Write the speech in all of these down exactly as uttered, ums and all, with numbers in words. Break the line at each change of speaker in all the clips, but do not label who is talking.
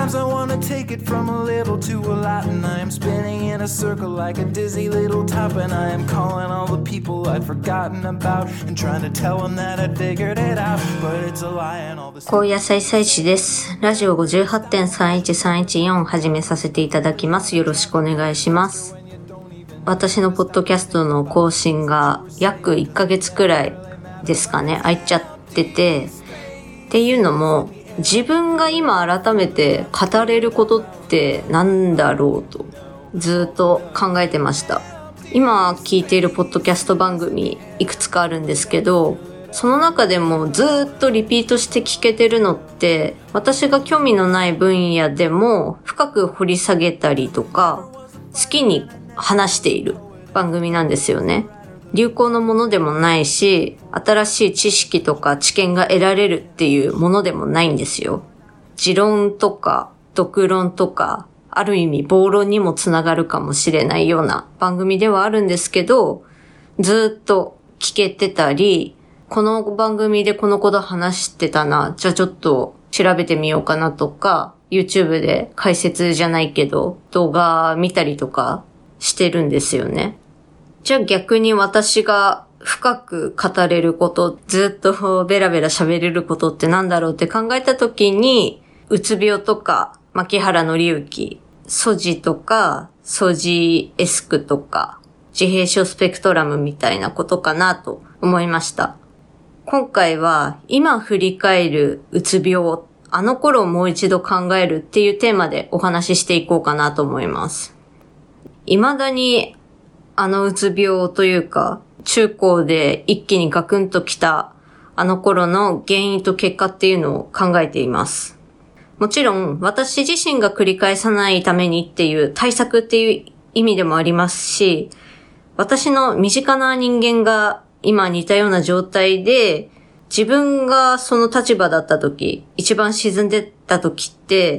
Sometimes I wanna take it from a little to a lot, and I am spinning in a circle like a dizzy little top, and I am calling all the people I'd forgotten about and trying to tell them that I'd figured it out, but it's a lie and all this.
高野菜菜師です。ラジオ ごじゅうはちてんさんいちさんいちよん 始めさせていただきます。よろしくお願いします。私のポッドキャストの更新が約いっかげつくらいですかね、空いちゃってて、っていうのも自分が今改めて語れることってなんだろうとずっと考えてました。今聞いているポッドキャスト番組いくつかあるんですけど、その中でもずっとリピートして聞けてるのって私が興味のない分野でも深く掘り下げたりとか好きに話している番組なんですよね。流行のものでもないし、新しい知識とか知見が得られるっていうものでもないんですよ。持論とか独論とか、ある意味暴論にもつながるかもしれないような番組ではあるんですけど、ずっと聞けてたり、この番組でこのこと話してたな、じゃあちょっと調べてみようかなとか、YouTube で解説じゃないけど動画見たりとかしてるんですよね。じゃあ逆に私が深く語れること、ずっとベラベラ喋れることってなんだろうって考えたときに、うつ病とか、牧原紀之、ソジとか、ソジエスクとか、自閉症スペクトラムみたいなことかなと思いました。今回は今振り返るうつ病、あの頃をもう一度考えるっていうテーマでお話ししていこうかなと思います。未だにあのうつ病というか、中高で一気にガクンときたあの頃の原因と結果っていうのを考えています。もちろん私自身が繰り返さないためにっていう対策っていう意味でもありますし、私の身近な人間が今似たような状態で、自分がその立場だった時、一番沈んでた時って、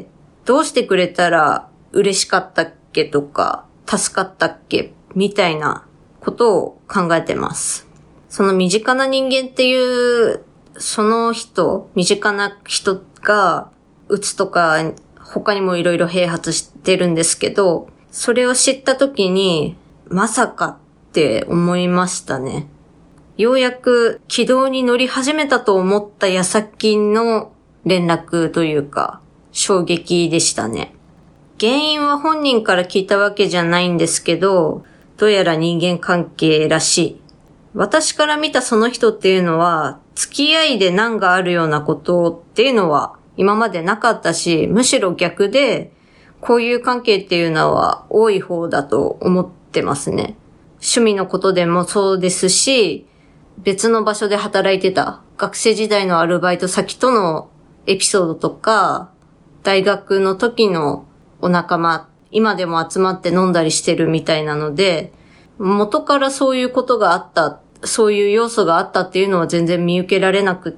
どうしてくれたら嬉しかったっけとか、助かったっけみたいなことを考えてます。その身近な人間っていう、その人、身近な人が、うつとか他にもいろいろ併発してるんですけど、それを知った時に、まさかって思いましたね。ようやく軌道に乗り始めたと思った矢先の連絡というか、衝撃でしたね。原因は本人から聞いたわけじゃないんですけど、どうやら人間関係らしい。私から見たその人っていうのは、付き合いで難があるようなことっていうのは今までなかったし、むしろ逆で、こういう関係っていうのは多い方だと思ってますね。趣味のことでもそうですし、別の場所で働いてた学生時代のアルバイト先とのエピソードとか、大学の時のお仲間、今でも集まって飲んだりしてるみたいなので、元からそういうことがあった、そういう要素があったっていうのは全然見受けられなくって、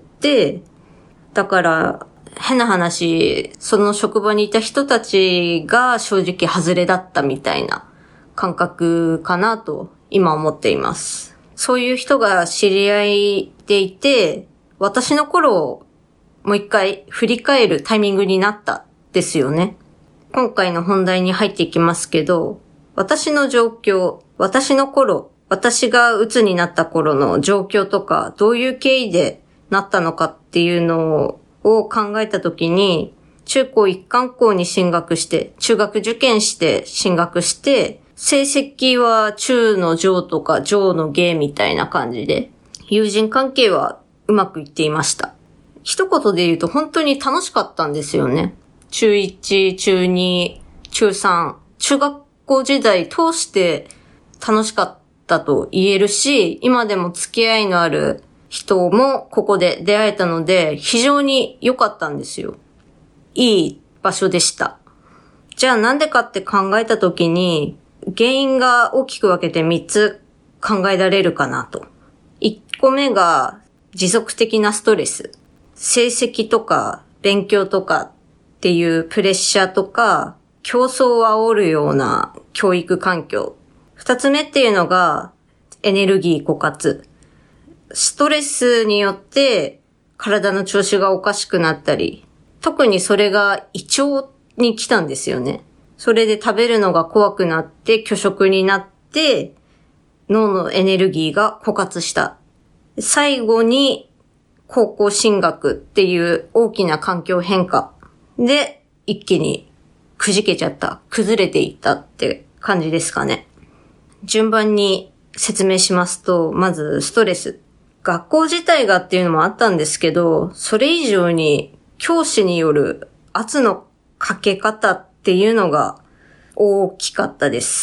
だから変な話、その職場にいた人たちが正直外れだったみたいな感覚かなと今思っています。そういう人が知り合いでいて、私の頃をもう一回振り返るタイミングになったですよね。今回の本題に入っていきますけど、私の状況、私の頃、私が鬱になった頃の状況とか、どういう経緯でなったのかっていうのを考えたときに、中高一貫校に進学して、中学受験して進学して、成績は中の上とか上の下みたいな感じで、友人関係はうまくいっていました。一言で言うと本当に楽しかったんですよね。中いち、中に、中さん、中学校時代通して楽しかったと言えるし、今でも付き合いのある人もここで出会えたので、非常に良かったんですよ。いい場所でした。じゃあなんでかって考えたときに、原因が大きく分けてみっつ考えられるかなと。いっこめが持続的なストレス。成績とか勉強とかっていうプレッシャーとか、競争を煽るような教育環境。二つ目っていうのがエネルギー枯渇。ストレスによって体の調子がおかしくなったり、特にそれが胃腸に来たんですよね。それで食べるのが怖くなって拒食になって脳のエネルギーが枯渇した。最後に高校進学っていう大きな環境変化で一気にくじけちゃった、崩れていったって感じですかね。順番に説明しますと、まずストレス。学校自体がっていうのもあったんですけど、それ以上に教師による圧のかけ方っていうのが大きかったです。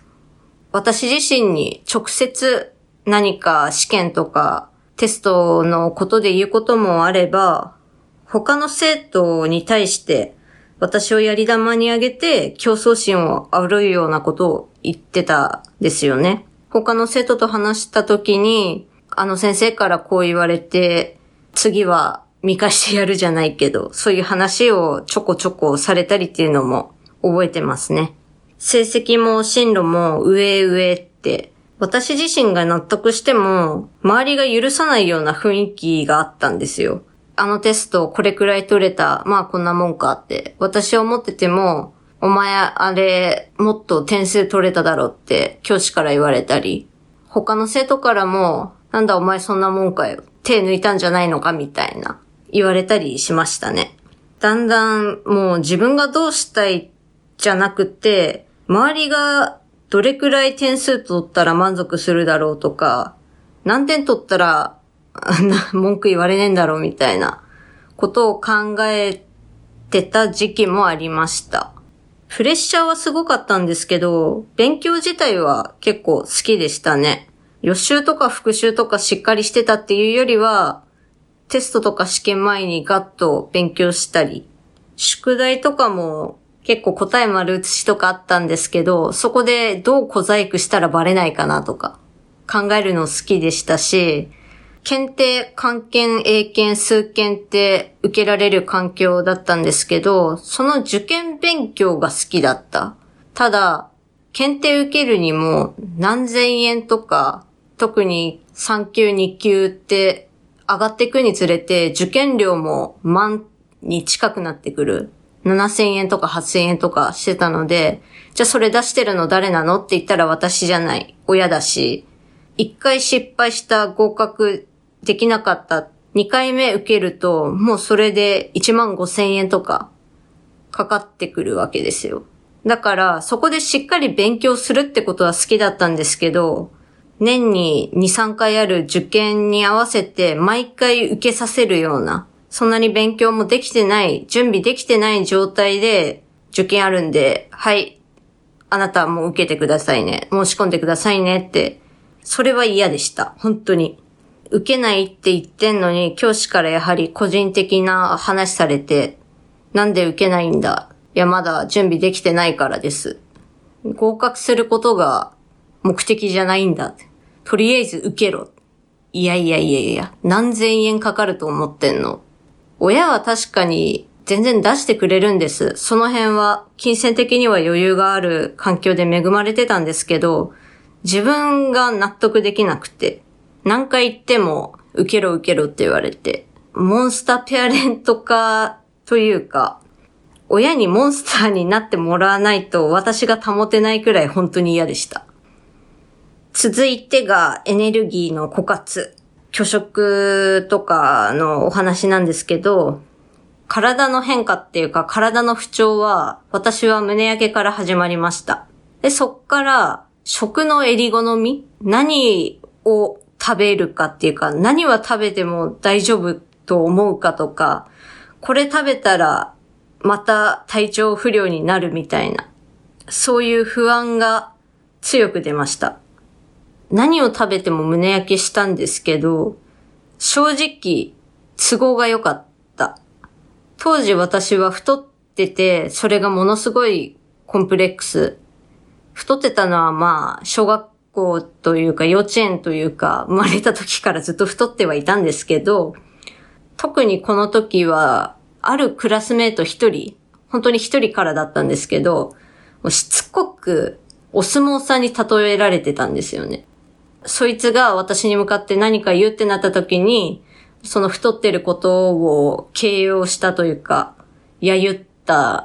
私自身に直接何か試験とかテストのことで言うこともあれば、他の生徒に対して私をやり玉にあげて競争心を煽るようなことを言ってたんですよね。他の生徒と話した時に、あの先生からこう言われて、次は見返してやるじゃないけど、そういう話をちょこちょこされたりっていうのも覚えてますね。成績も進路も上上って、私自身が納得しても、周りが許さないような雰囲気があったんですよ。あのテストこれくらい取れた、まあこんなもんかって、私は思ってても、お前あれもっと点数取れただろって教師から言われたり、他の生徒からも、なんだお前そんなもんかよ、手抜いたんじゃないのかみたいな言われたりしましたね。だんだんもう自分がどうしたいじゃなくて、周りがどれくらい点数取ったら満足するだろうとか、何点取ったら文句言われねえんだろうみたいなことを考えてた時期もありました。プレッシャーはすごかったんですけど、勉強自体は結構好きでしたね。予習とか復習とかしっかりしてたっていうよりは、テストとか試験前にガッと勉強したり、宿題とかも結構答え丸写しとかあったんですけど、そこでどう小細工したらバレないかなとか考えるの好きでしたし、検定、漢検、英検、数検って受けられる環境だったんですけど、その受験勉強が好きだった。ただ、検定受けるにも何千円とか、特にさん級、に級って上がっていくにつれて受験料も万に近くなってくる。ななせんえんとかはっせんえんとかしてたので、じゃあそれ出してるの誰なのって言ったら私じゃない。親だし、一回失敗した合格できなかった。二回目受けるともうそれでいちまんごせんえんとかかかってくるわけですよ。だからそこでしっかり勉強するってことは好きだったんですけど、年にに、さんかいある受験に合わせて毎回受けさせるような、そんなに勉強もできてない、準備できてない状態で受験あるんで、はい、あなたもう受けてくださいね、申し込んでくださいねって、それは嫌でした。本当に。受けないって言ってんのに、教師からやはり個人的な話されて、なんで受けないんだ、いやまだ準備できてないからです。合格することが目的じゃないんだ。とりあえず受けろ。いやいやいやいや、何千円かかると思ってんの。親は確かに全然出してくれるんです。その辺は金銭的には余裕がある環境で恵まれてたんですけど、自分が納得できなくて、何回言っても受けろ受けろって言われて、モンスターペアレント化というか、親にモンスターになってもらわないと私が保てないくらい本当に嫌でした。続いてがエネルギーの枯渇。拒食とかのお話なんですけど、体の変化っていうか体の不調は私は胸焼けから始まりました。で、そっから食の襟好み、何を食べるかっていうか、何は食べても大丈夫と思うかとか、これ食べたらまた体調不良になるみたいな、そういう不安が強く出ました。何を食べても胸焼けしたんですけど、正直都合が良かった。当時私は太ってて、それがものすごいコンプレックス。太ってたのはまあ小学校というか幼稚園というか生まれた時からずっと太ってはいたんですけど、特にこの時はあるクラスメート一人、本当に一人からだったんですけど、もうしつこくお相撲さんに例えられてたんですよね。そいつが私に向かって何か言うってなった時に、その太ってることを形容したというか、揶揄った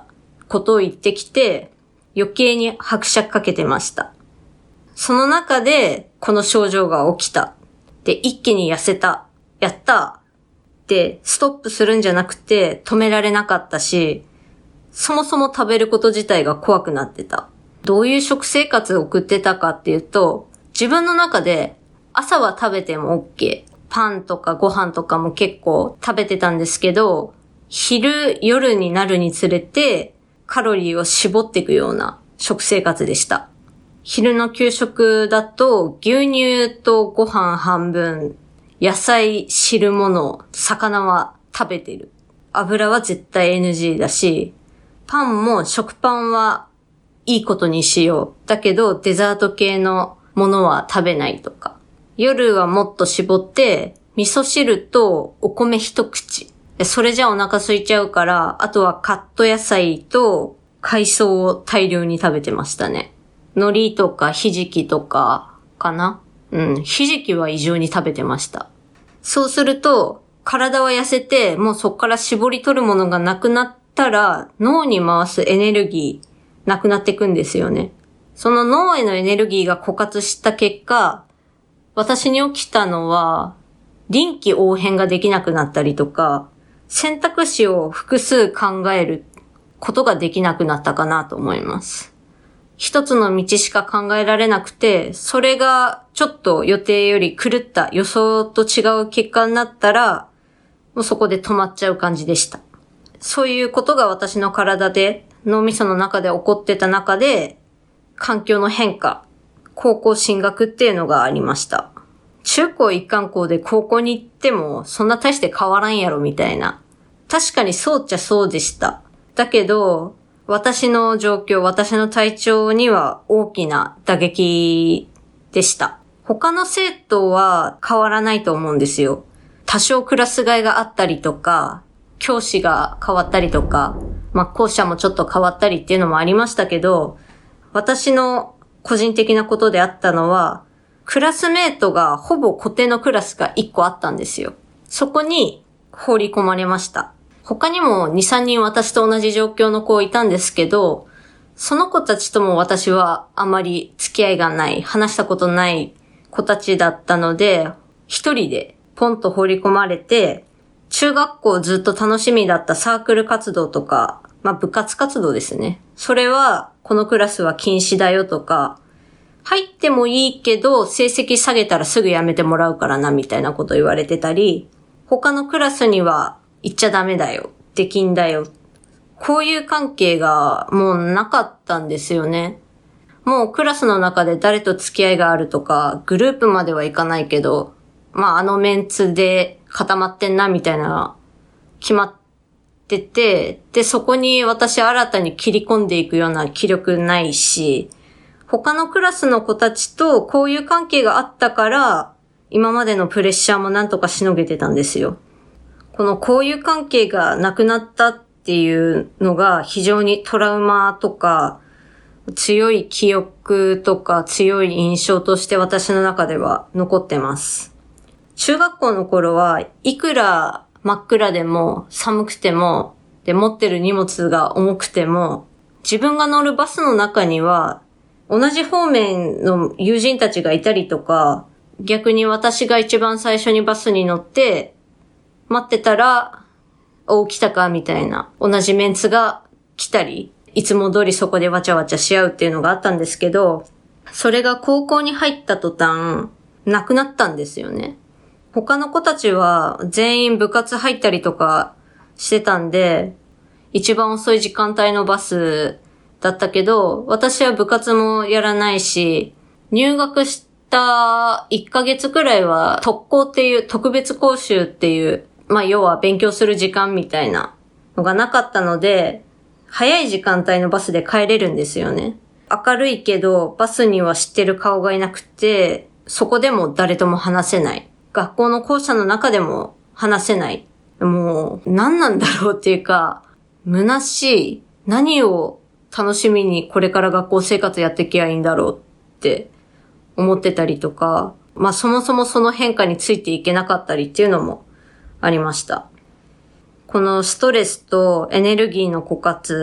ことを言ってきて、余計に拍車かけてました。その中で、この症状が起きた。で、一気に痩せた。やったで、ストップするんじゃなくて止められなかったし、そもそも食べること自体が怖くなってた。どういう食生活を送ってたかっていうと、自分の中で朝は食べても OK。パンとかご飯とかも結構食べてたんですけど、昼、夜になるにつれてカロリーを絞っていくような食生活でした。昼の給食だと牛乳とご飯半分、野菜、汁物、魚は食べてる。油は絶対 エヌジー だし、パンも食パンはいいことにしよう。だけどデザート系のものは食べないとか。夜はもっと絞って、味噌汁とお米一口。それじゃお腹空いちゃうから、あとはカット野菜と海藻を大量に食べてましたね。海苔とかひじきとかかな？うん、ひじきは異常に食べてました。そうすると、体は痩せて、もうそこから絞り取るものがなくなったら、脳に回すエネルギー、なくなっていくんですよね。その脳へのエネルギーが枯渇した結果、私に起きたのは、臨機応変ができなくなったりとか、選択肢を複数考えることができなくなったかなと思います。一つの道しか考えられなくて、それがちょっと予定より狂った予想と違う結果になったら、もうそこで止まっちゃう感じでした。そういうことが私の体で、脳みその中で起こってた中で、環境の変化、高校進学っていうのがありました。中高一貫校で高校に行ってもそんな大して変わらんやろみたいな。確かにそうっちゃそうでした。だけど、私の状況、私の体調には大きな打撃でした。他の生徒は変わらないと思うんですよ。多少クラス替えがあったりとか、教師が変わったりとか、まあ校舎もちょっと変わったりっていうのもありましたけど、私の個人的なことであったのは、クラスメートがほぼ固定のクラスがいっこあったんですよ。そこに放り込まれました。他にもに、さんにん私と同じ状況の子いたんですけど、その子たちとも私はあまり付き合いがない、話したことない子たちだったので、一人でポンと放り込まれて、中学校ずっと楽しみだったサークル活動とか、まあ部活活動ですね。それはこのクラスは禁止だよとか、入ってもいいけど成績下げたらすぐ辞めてもらうからなみたいなこと言われてたり、他のクラスには行っちゃダメだよ、できんだよ。こういう関係がもうなかったんですよね。もうクラスの中で誰と付き合いがあるとか、グループまではいかないけど、まああのメンツで固まってんなみたいな決まってて、でそこに私新たに切り込んでいくような気力ないし、他のクラスの子たちとこういう関係があったから、今までのプレッシャーもなんとかしのげてたんですよ。この交友関係がなくなったっていうのが非常にトラウマとか、強い記憶とか強い印象として私の中では残ってます。中学校の頃はいくら真っ暗でも寒くても、で持ってる荷物が重くても、自分が乗るバスの中には同じ方面の友人たちがいたりとか、逆に私が一番最初にバスに乗って待ってたら、おう来たかみたいな同じメンツが来たり、いつも通りそこでわちゃわちゃし合うっていうのがあったんですけど、それが高校に入った途端なくなったんですよね。他の子たちは全員部活入ったりとかしてたんで、一番遅い時間帯のバスだったけど、私は部活もやらないし、入学したいっかげつくらいは特攻っていう特別講習っていう、まあ要は勉強する時間みたいなのがなかったので、早い時間帯のバスで帰れるんですよね。明るいけどバスには知ってる顔がいなくて、そこでも誰とも話せない。学校の校舎の中でも話せない。もう何なんだろうっていうか、虚しい。何を楽しみにこれから学校生活やっていけばいいんだろうって思ってたりとか、まあそもそもその変化についていけなかったりっていうのもありました。このストレスとエネルギーの枯渇、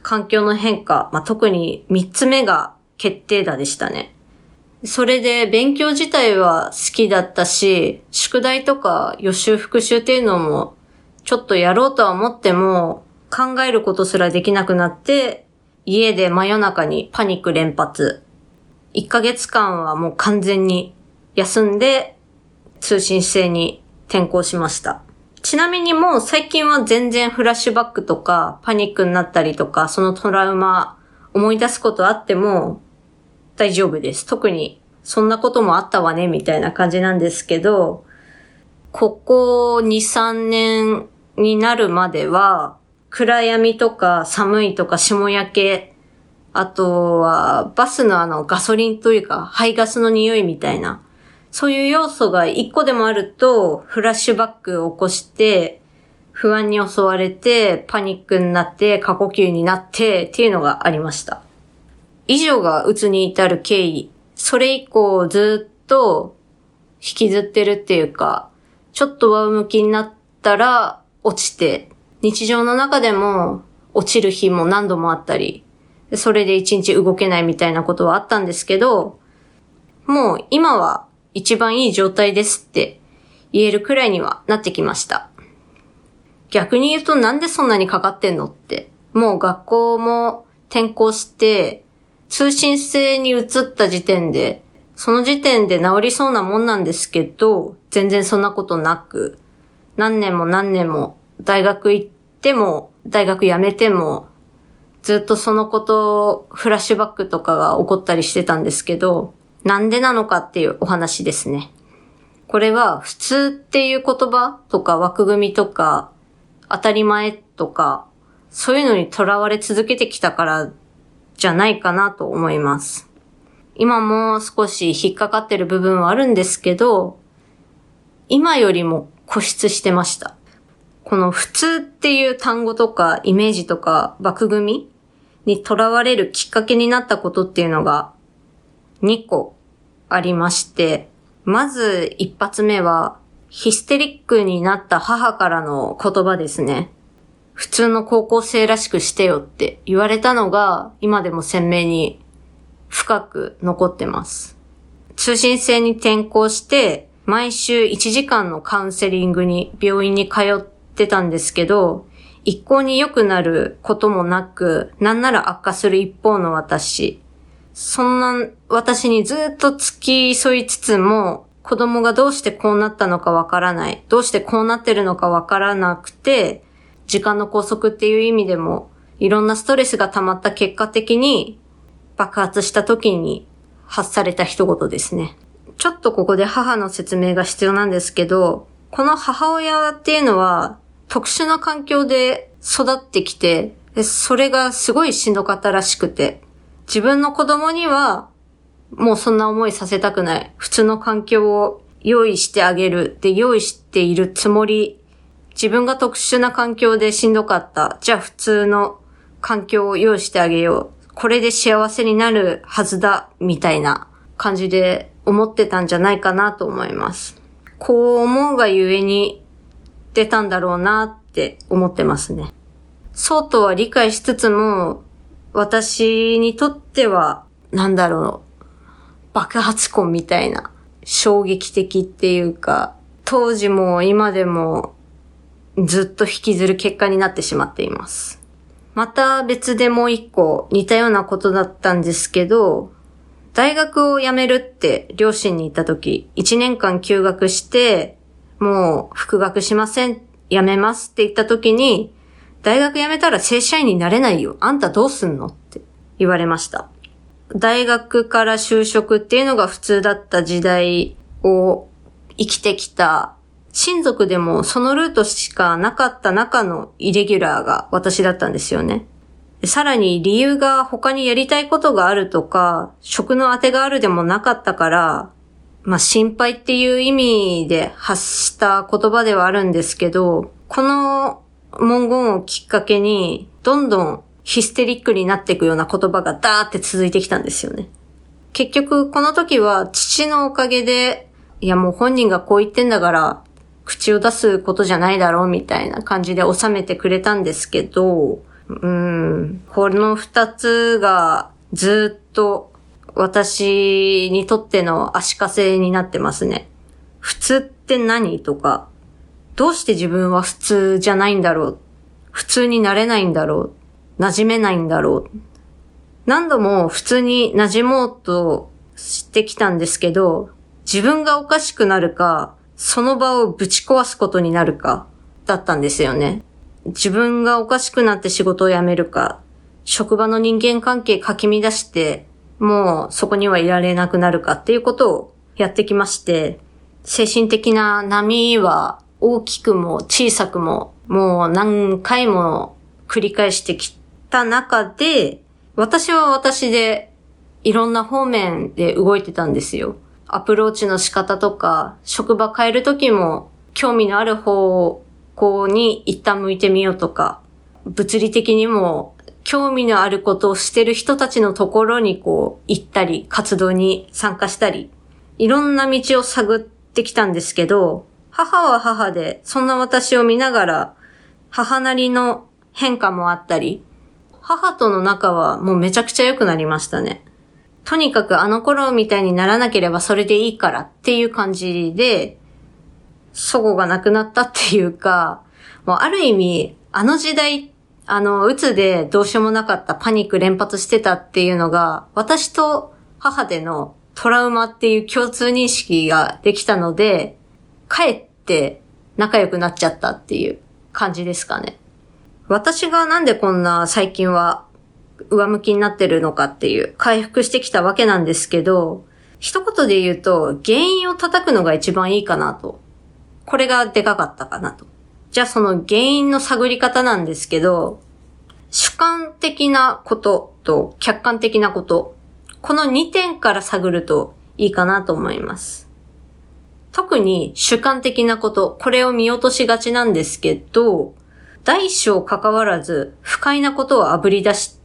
環境の変化、まあ、特に三つ目が決定打でしたね。それで勉強自体は好きだったし、宿題とか予習復習っていうのもちょっとやろうとは思っても考えることすらできなくなって、家で真夜中にパニック連発。いっかげつかんはもう完全に休んで通信制に転校しました。ちなみにもう最近は全然フラッシュバックとかパニックになったりとか、そのトラウマ思い出すことあっても大丈夫です。特にそんなこともあったわねみたいな感じなんですけど、ここに、さんねんになるまでは暗闇とか寒いとか霜焼け、あとはバスのあのガソリンというか排ガスの匂いみたいな、そういう要素が一個でもあるとフラッシュバックを起こして不安に襲われてパニックになって過呼吸になってっていうのがありました。以上がうつに至る経緯。それ以降ずっと引きずってるっていうか、ちょっと上向きになったら落ちて、日常の中でも落ちる日も何度もあったり、それで一日動けないみたいなことはあったんですけど、もう今は一番いい状態ですって言えるくらいにはなってきました。逆に言うとなんでそんなにかかってんのって、もう学校も転校して通信制に移った時点で、その時点で治りそうなもんなんですけど、全然そんなことなく、何年も何年も大学行っても、大学辞めても、ずっとそのこと、フラッシュバックとかが起こったりしてたんですけど、なんでなのかっていうお話ですね。これは普通っていう言葉とか枠組みとか、当たり前とか、そういうのにとらわれ続けてきたからじゃないかなと思います。今も少し引っかかってる部分はあるんですけど、今よりも固執してました。この普通っていう単語とかイメージとか枠組みにとらわれるきっかけになったことっていうのがにこありまして、まず一発目はヒステリックになった母からの言葉ですね。普通の高校生らしくしてよって言われたのが今でも鮮明に深く残ってます。通信制に転校して毎週いちじかんのカウンセリングに病院に通ってたんですけど、一向に良くなることもなく、なんなら悪化する一方の私。そんな私にずっと付き添いつつも、子供がどうしてこうなったのかわからない。どうしてこうなってるのかわからなくて、時間の拘束っていう意味でも、いろんなストレスが溜まった結果的に、爆発した時に発された一言ですね。ちょっとここで母の説明が必要なんですけど、この母親っていうのは特殊な環境で育ってきて、それがすごいしんどかったらしくて、自分の子供にはもうそんな思いさせたくない。普通の環境を用意してあげる。で、用意しているつもり。自分が特殊な環境でしんどかった。じゃあ普通の環境を用意してあげよう。これで幸せになるはずだ。みたいな感じで思ってたんじゃないかなと思います。こう思うがゆえに出たんだろうなって思ってますね。そうとは理解しつつも、私にとっては、なんだろう、爆発痕みたいな、衝撃的っていうか、当時も今でもずっと引きずる結果になってしまっています。また別でもう一個似たようなことだったんですけど、大学を辞めるって両親に言ったとき、いちねんかん休学して、もう復学しません、辞めますって言ったときに、大学辞めたら正社員になれないよ。あんたどうすんのって言われました。大学から就職っていうのが普通だった時代を生きてきた親族でもそのルートしかなかった中のイレギュラーが私だったんですよね。さらに理由が他にやりたいことがあるとか、職の当てがあるでもなかったから、まあ心配っていう意味で発した言葉ではあるんですけど、この文言をきっかけに、どんどんヒステリックになっていくような言葉がダーって続いてきたんですよね。結局この時は父のおかげで、いやもう本人がこう言ってんだから、口を出すことじゃないだろうみたいな感じで収めてくれたんですけど、 うーん、この二つがずっと私にとっての足かせになってますね。普通って何とか、どうして自分は普通じゃないんだろう。普通になれないんだろう。馴染めないんだろう。何度も普通に馴染もうとしてきたんですけど、自分がおかしくなるか、その場をぶち壊すことになるか、だったんですよね。自分がおかしくなって仕事を辞めるか、職場の人間関係かき乱して、もうそこにはいられなくなるかっていうことをやってきまして、精神的な波は大きくも小さくももう何回も繰り返してきた中で、私は私でいろんな方面で動いてたんですよ。アプローチの仕方とか、職場変えるときも興味のある方向に一旦向いてみようとか、物理的にも興味のあることをしてる人たちのところにこう行ったり、活動に参加したり、いろんな道を探ってきたんですけど、母は母でそんな私を見ながら母なりの変化もあったり、母との仲はもうめちゃくちゃ良くなりましたね。とにかくあの頃みたいにならなければそれでいいからっていう感じで、祖母が亡くなったっていうか、もうある意味、あの時代、あの、鬱でどうしようもなかったパニック連発してたっていうのが、私と母でのトラウマっていう共通認識ができたので、かえって仲良くなっちゃったっていう感じですかね。私がなんでこんな最近は上向きになってるのかっていう、回復してきたわけなんですけど、一言で言うと、原因を叩くのが一番いいかなと。これがでかかったかなと。じゃあその原因の探り方なんですけど、主観的なことと客観的なこと、このにてんから探るといいかなと思います。特に主観的なこと、これを見落としがちなんですけど、大小関わらず不快なことをあぶり出して、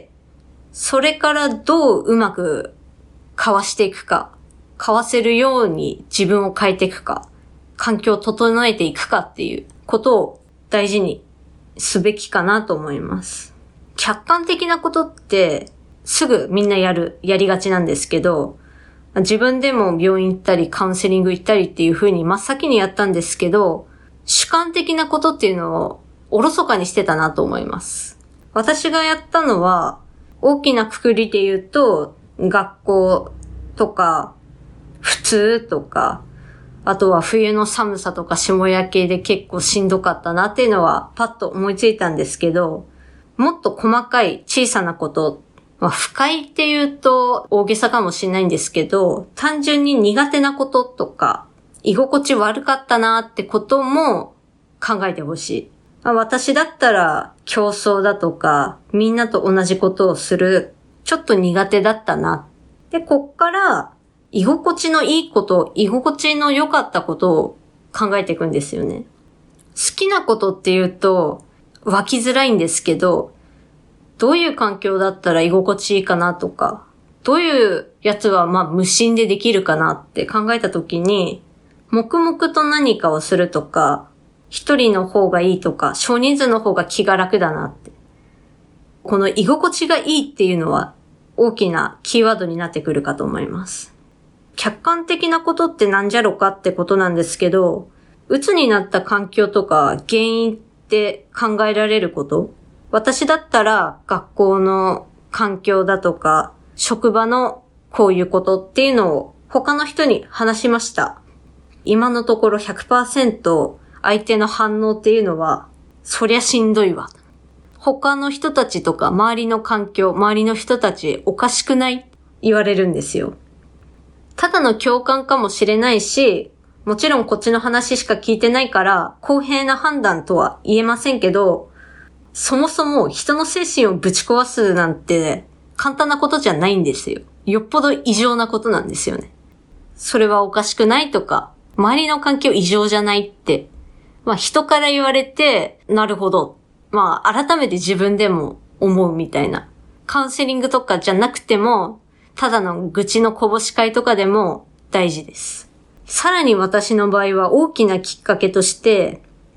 それからどううまくかわしていくか、かわせるように自分を変えていくか、環境を整えていくかっていうことを大事にすべきかなと思います。客観的なことってすぐみんなやる、やりがちなんですけど、自分でも病院行ったりカウンセリング行ったりっていう風に真っ先にやったんですけど、主観的なことっていうのをおろそかにしてたなと思います。私がやったのは大きな括りで言うと、学校とか普通とか、あとは冬の寒さとか霜焼けで結構しんどかったなっていうのはパッと思いついたんですけど、もっと細かい小さなこと、まあ、不快っていうと大げさかもしれないんですけど、単純に苦手なこととか、居心地悪かったなってことも考えてほしい。まあ、私だったら競争だとか、みんなと同じことをする、ちょっと苦手だったな。で、こっから居心地のいいこと、居心地の良かったことを考えていくんですよね。好きなことっていうと湧きづらいんですけど、どういう環境だったら居心地いいかなとか、どういうやつはまあ無心でできるかなって考えたときに、黙々と何かをするとか、一人の方がいいとか、少人数の方が気が楽だなって。この居心地がいいっていうのは大きなキーワードになってくるかと思います。客観的なことってなんじゃろかってことなんですけど、鬱になった環境とか原因って考えられること？私だったら学校の環境だとか、職場のこういうことっていうのを他の人に話しました。今のところ ひゃくパーセント 相手の反応っていうのは、そりゃしんどいわ。他の人たちとか周りの環境、周りの人たちおかしくない？言われるんですよ。ただの共感かもしれないし、もちろんこっちの話しか聞いてないから公平な判断とは言えませんけど、そもそも人の精神をぶち壊すなんて簡単なことじゃないんですよ。よっぽど異常なことなんですよね。それはおかしくないとか、周りの環境異常じゃないって、まあ人から言われて、なるほど。まあ改めて自分でも思うみたいな。カウンセリングとかじゃなくても、ただの愚痴のこぼし会とかでも大事です。さらに私の場合は大きなきっかけとして、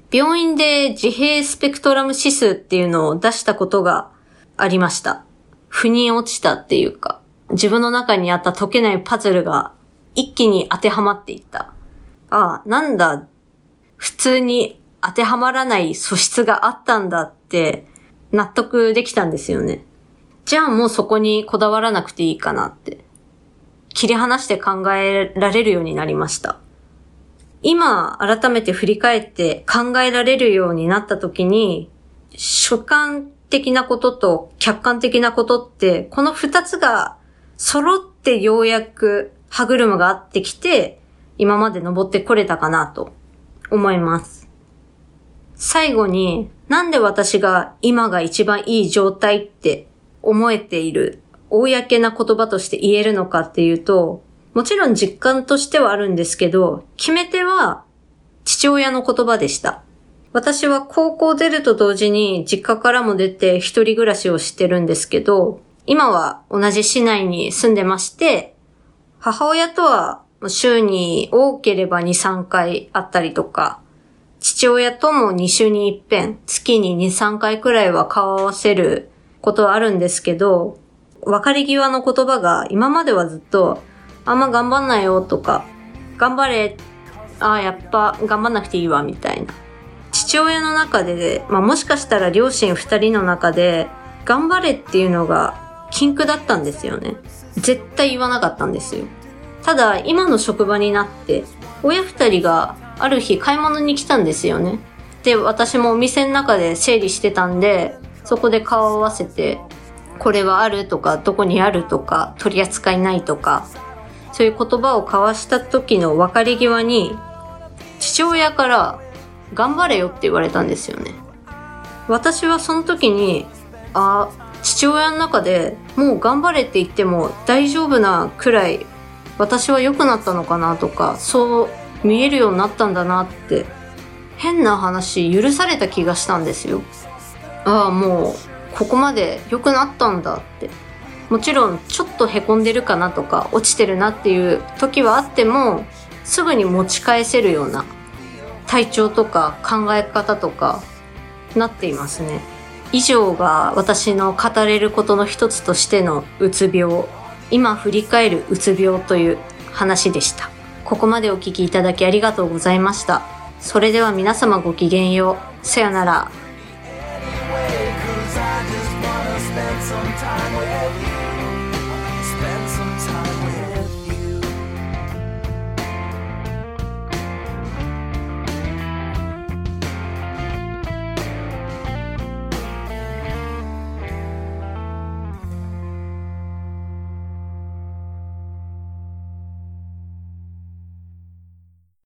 病院で自閉スペクトラム指数っていうのを出したことがありました。腑に落ちたっていうか、自分の中にあった解けないパズルが一気に当てはまっていった。ああ、なんだ、普通に当てはまらない素質があったんだって納得できたんですよね。じゃあもうそこにこだわらなくていいかなって。切り離して考えられるようになりました。今、改めて振り返って考えられるようになった時に、主観的なことと客観的なことって、この二つが揃ってようやく歯車が合ってきて、今まで登ってこれたかなと思います。最後に、なんで私が今が一番いい状態って思えている、公な言葉として言えるのかっていうと、もちろん実感としてはあるんですけど、決め手は父親の言葉でした。私は高校出ると同時に実家からも出て一人暮らしをしてるんですけど、今は同じ市内に住んでまして、母親とは週に多ければに、さんかい会ったりとか、父親ともに週に一遍、月にに、さんかいくらいは顔を合わせることはあるんですけど、別れ際の言葉が今まではずっと、あんま頑張んなよとか、頑張れ、ああ、やっぱ頑張んなくていいわ、みたいな。父親の中で、まあもしかしたら両親二人の中で、頑張れっていうのが禁句だったんですよね。絶対言わなかったんですよ。ただ、今の職場になって、親二人がある日買い物に来たんですよね。で、私もお店の中で整理してたんで、そこで顔を合わせて、これはあるとか、どこにあるとか、取り扱いないとか、そういう言葉を交わした時の別れ際に、父親から頑張れよって言われたんですよね。私はその時に、あ、父親の中でもう頑張れって言っても大丈夫なくらい私は良くなったのかなとか、そう見えるようになったんだなって、変な話許された気がしたんですよ。ああ、もうここまで良くなったんだって。もちろんちょっと凹んでるかなとか落ちてるなっていう時はあっても、すぐに持ち返せるような体調とか考え方とかなっていますね。以上が私の語れることの一つとしてのうつ病、今振り返るうつ病という話でした。ここまでお聞きいただきありがとうございました。それでは皆様ごきげんよう。さよなら。Some time with